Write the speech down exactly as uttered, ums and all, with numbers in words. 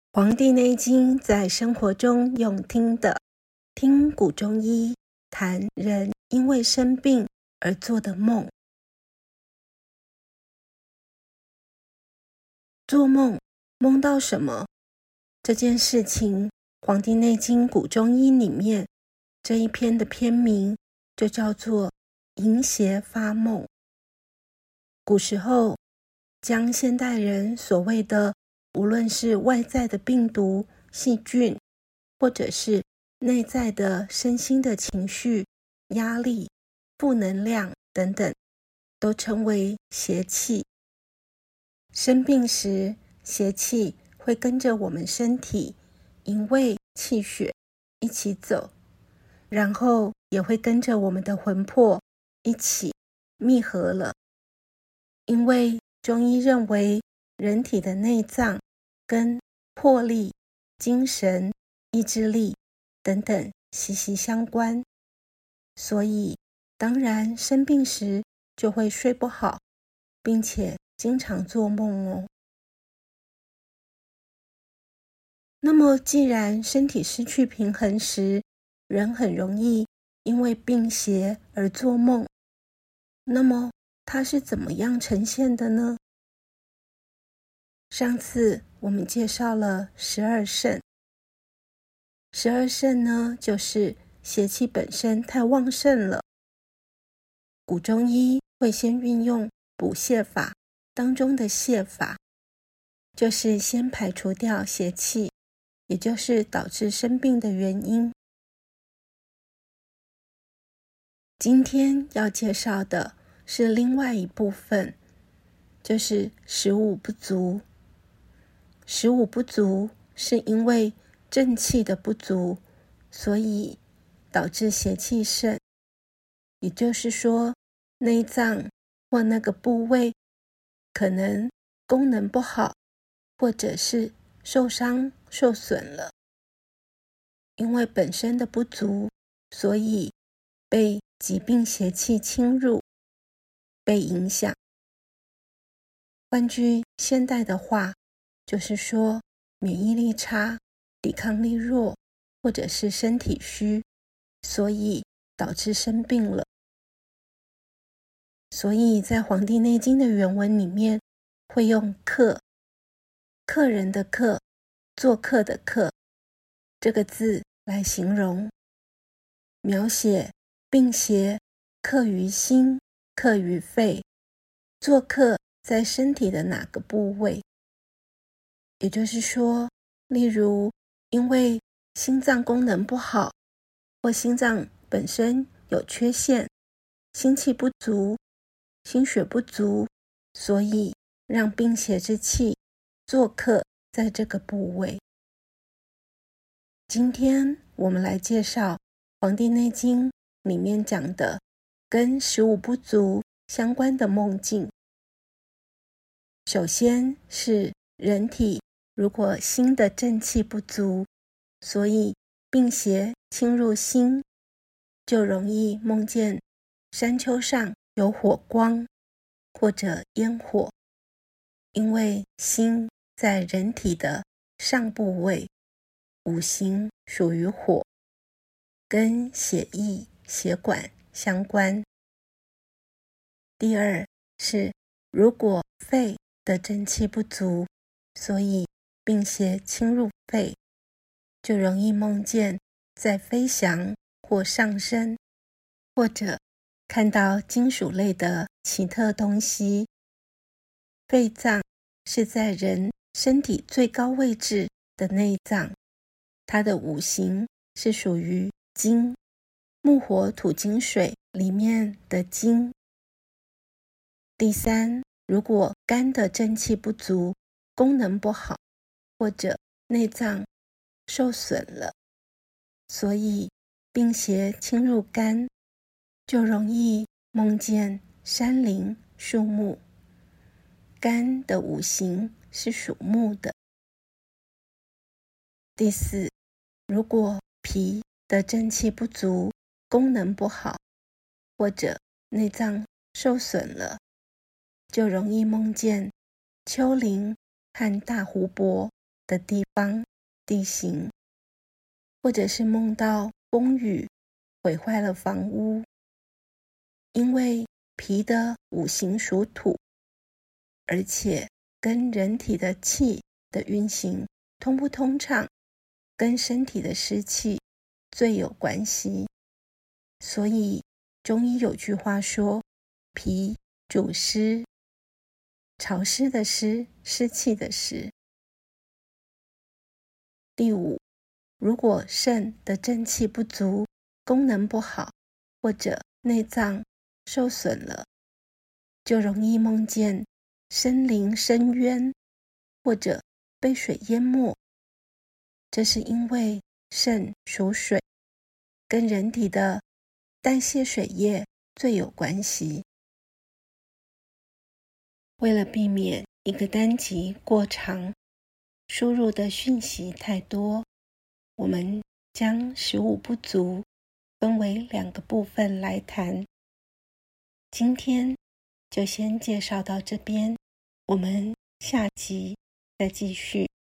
黄帝内经在生活中用听的，听古中医谈人因为生病而做的梦。做梦，梦到什么？这件事情，黄帝内经古中医里面这一篇的篇名就叫做淫邪发梦。古时候将现代人所谓的无论是外在的病毒、细菌，或者是内在的身心的情绪、压力、负能量等等，都称为邪气。生病时，邪气会跟着我们身体营卫气血一起走，然后也会跟着我们的魂魄一起密合了。因为中医认为人体的内脏跟魄力、精神、意志力等等息息相关，所以当然生病时就会睡不好，并且经常做梦哦。那么既然身体失去平衡时，人很容易因为病邪而做梦，那么它是怎么样呈现的呢？上次我们介绍了十二肾，十二肾呢，就是邪气本身太旺盛了。古中医会先运用补泻法当中的泻法，就是先排除掉邪气，也就是导致生病的原因。今天要介绍的是另外一部分，就是食五不足。食五不足是因为正气的不足，所以导致邪气盛，也就是说内脏或那个部位可能功能不好，或者是受伤受损了。因为本身的不足，所以被疾病邪气侵入，被影响。换句现代的话，就是说免疫力差、抵抗力弱，或者是身体虚，所以导致生病了。所以在《黄帝内经》的原文里面会用客，客人的客，做客的客这个字来形容，描写病邪克于心，克于肺，做客在身体的哪个部位。也就是说，例如因为心脏功能不好，或心脏本身有缺陷，心气不足，心血不足，所以让病邪之气做客在这个部位。今天我们来介绍《黄帝内经》里面讲的跟食五不足相关的梦境。首先是人体如果心的正气不足，所以病邪侵入心，就容易梦见山丘上有火光或者烟火。因为心在人体的上部位，五行属于火，跟血液、血管相关。第二是，如果肺的正气不足，所以病邪侵入肺，就容易梦见在飞翔或上升，或者看到金属类的奇特东西。肺脏是在人身体最高位置的内脏，它的五行是属于金，木火土金水里面的金。第三，如果肝的正气不足，功能不好，或者内脏受损了，所以病邪侵入肝，就容易梦见山林、树木。肝的五行是属木的。第四，如果脾的正气不足，功能不好，或者内脏受损了，就容易梦见丘陵和大湖泊的地方、地形，或者是梦到风雨毁坏了房屋。因为脾的五行属土，而且跟人体的气的运行通不通畅，跟身体的湿气最有关系。所以中医有句话说，脾主湿，潮湿的湿，湿气的湿。第五，如果肾的正气不足，功能不好，或者内脏受损了，就容易梦见身临深渊，或者被水淹没。这是因为肾属水，跟人体的代谢水液最有关系。为了避免一个单集过长，输入的讯息太多，我们将食物不足分为两个部分来谈。今天就先介绍到这边，我们下集再继续。